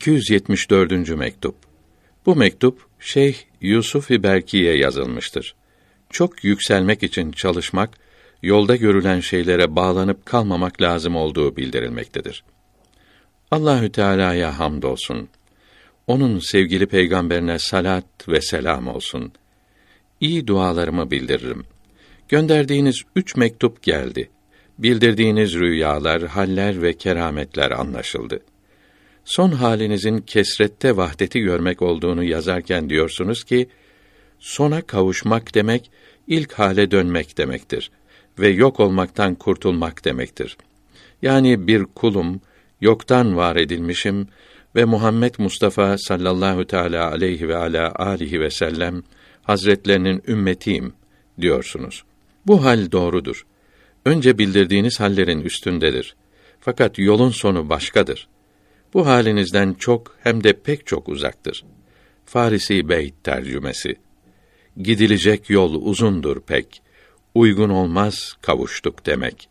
274. mektup. Bu mektup Şeyh Yusuf-i Berki'ye yazılmıştır. Çok yükselmek için çalışmak, yolda görülen şeylere bağlanıp kalmamak lazım olduğu bildirilmektedir. Allahü Teala'ya hamdolsun. Onun sevgili peygamberine salat ve selam olsun. İyi dualarımı bildiririm. Gönderdiğiniz 3 mektup geldi. Bildirdiğiniz rüyalar, haller ve kerametler anlaşıldı. Son halinizin kesrette vahdeti görmek olduğunu yazarken diyorsunuz ki, sona kavuşmak demek, ilk hale dönmek demektir ve yok olmaktan kurtulmak demektir. Yani bir kulum, yoktan var edilmişim ve Muhammed Mustafa sallallahu teâlâ aleyhi ve alâ âlihi ve sellem hazretlerinin ümmetiyim diyorsunuz. Bu hal doğrudur. Önce bildirdiğiniz hallerin üstündedir. Fakat yolun sonu başkadır. Bu halinizden çok hem de pek çok uzaktır. Farisi Beyt tercümesi. Gidilecek yol uzundur pek. Uygun olmaz kavuştuk demek.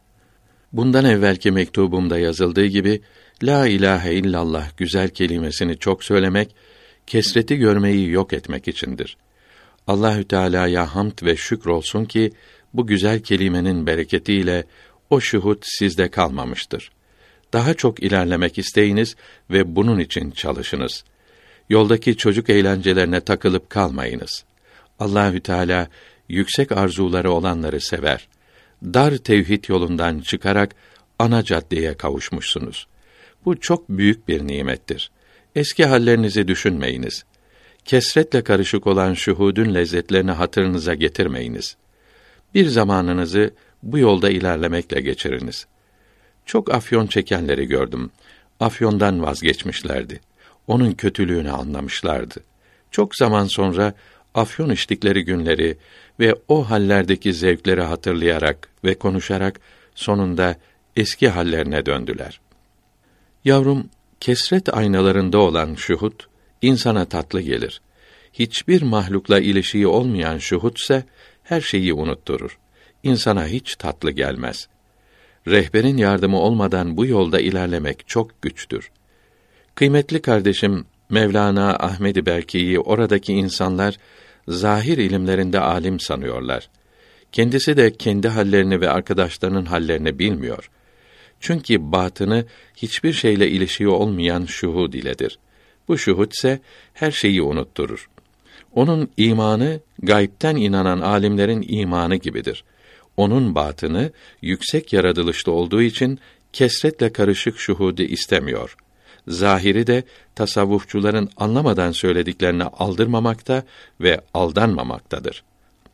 Bundan evvelki mektubumda yazıldığı gibi, La ilahe illallah güzel kelimesini çok söylemek, kesreti görmeyi yok etmek içindir. Allahü Teala'ya hamd ve şükür olsun ki, bu güzel kelimenin bereketiyle o şuhud sizde kalmamıştır. Daha çok ilerlemek isteyiniz ve bunun için çalışınız. Yoldaki çocuk eğlencelerine takılıp kalmayınız. Allahü Teala yüksek arzuları olanları sever. Dar tevhid yolundan çıkarak ana caddeye kavuşmuşsunuz. Bu çok büyük bir nimettir. Eski hallerinizi düşünmeyiniz. Kesretle karışık olan şuhudun lezzetlerini hatırınıza getirmeyiniz. Bir zamanınızı bu yolda ilerlemekle geçiriniz. Çok afyon çekenleri gördüm. Afyondan vazgeçmişlerdi. Onun kötülüğünü anlamışlardı. Çok zaman sonra afyon içtikleri günleri ve o hallerdeki zevkleri hatırlayarak ve konuşarak sonunda eski hallerine döndüler. Yavrum, kesret aynalarında olan şuhud insana tatlı gelir. Hiçbir mahlukla ilişiği olmayan şuhudse her şeyi unutturur. İnsana hiç tatlı gelmez. Rehberin yardımı olmadan bu yolda ilerlemek çok güçtür. Kıymetli kardeşim Mevlana Ahmed-i Berki'yi oradaki insanlar zahir ilimlerinde alim sanıyorlar. Kendisi de kendi hallerini ve arkadaşlarının hallerini bilmiyor. Çünkü batını hiçbir şeyle ilişiği olmayan şuhud iledir. Bu şuhud ise her şeyi unutturur. Onun imanı gaybten inanan alimlerin imanı gibidir. Onun batını yüksek yaratılışlı olduğu için kesretle karışık şuhudu istemiyor. Zahiri de tasavvufçuların anlamadan söylediklerini aldırmamakta ve aldanmamaktadır.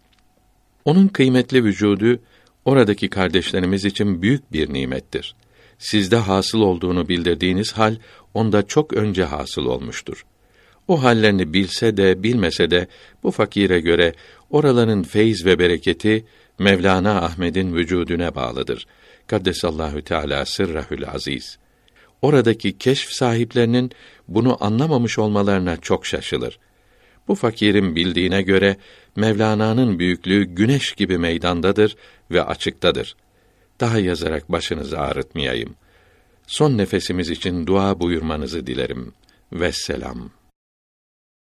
Onun kıymetli vücudu oradaki kardeşlerimiz için büyük bir nimettir. Sizde hasıl olduğunu bildirdiğiniz hal onda çok önce hasıl olmuştur. O hallerini bilse de bilmese de bu fakire göre oraların feyz ve bereketi Mevlana Ahmed'in vücuduna bağlıdır. Kaddesallahu Teala sırrahül aziz. Oradaki keşf sahiplerinin bunu anlamamış olmalarına çok şaşılır. Bu fakirin bildiğine göre Mevlana'nın büyüklüğü güneş gibi meydandadır ve açıktadır. Daha yazarak başınızı ağrıtmayayım. Son nefesimiz için dua buyurmanızı dilerim. Vesselam.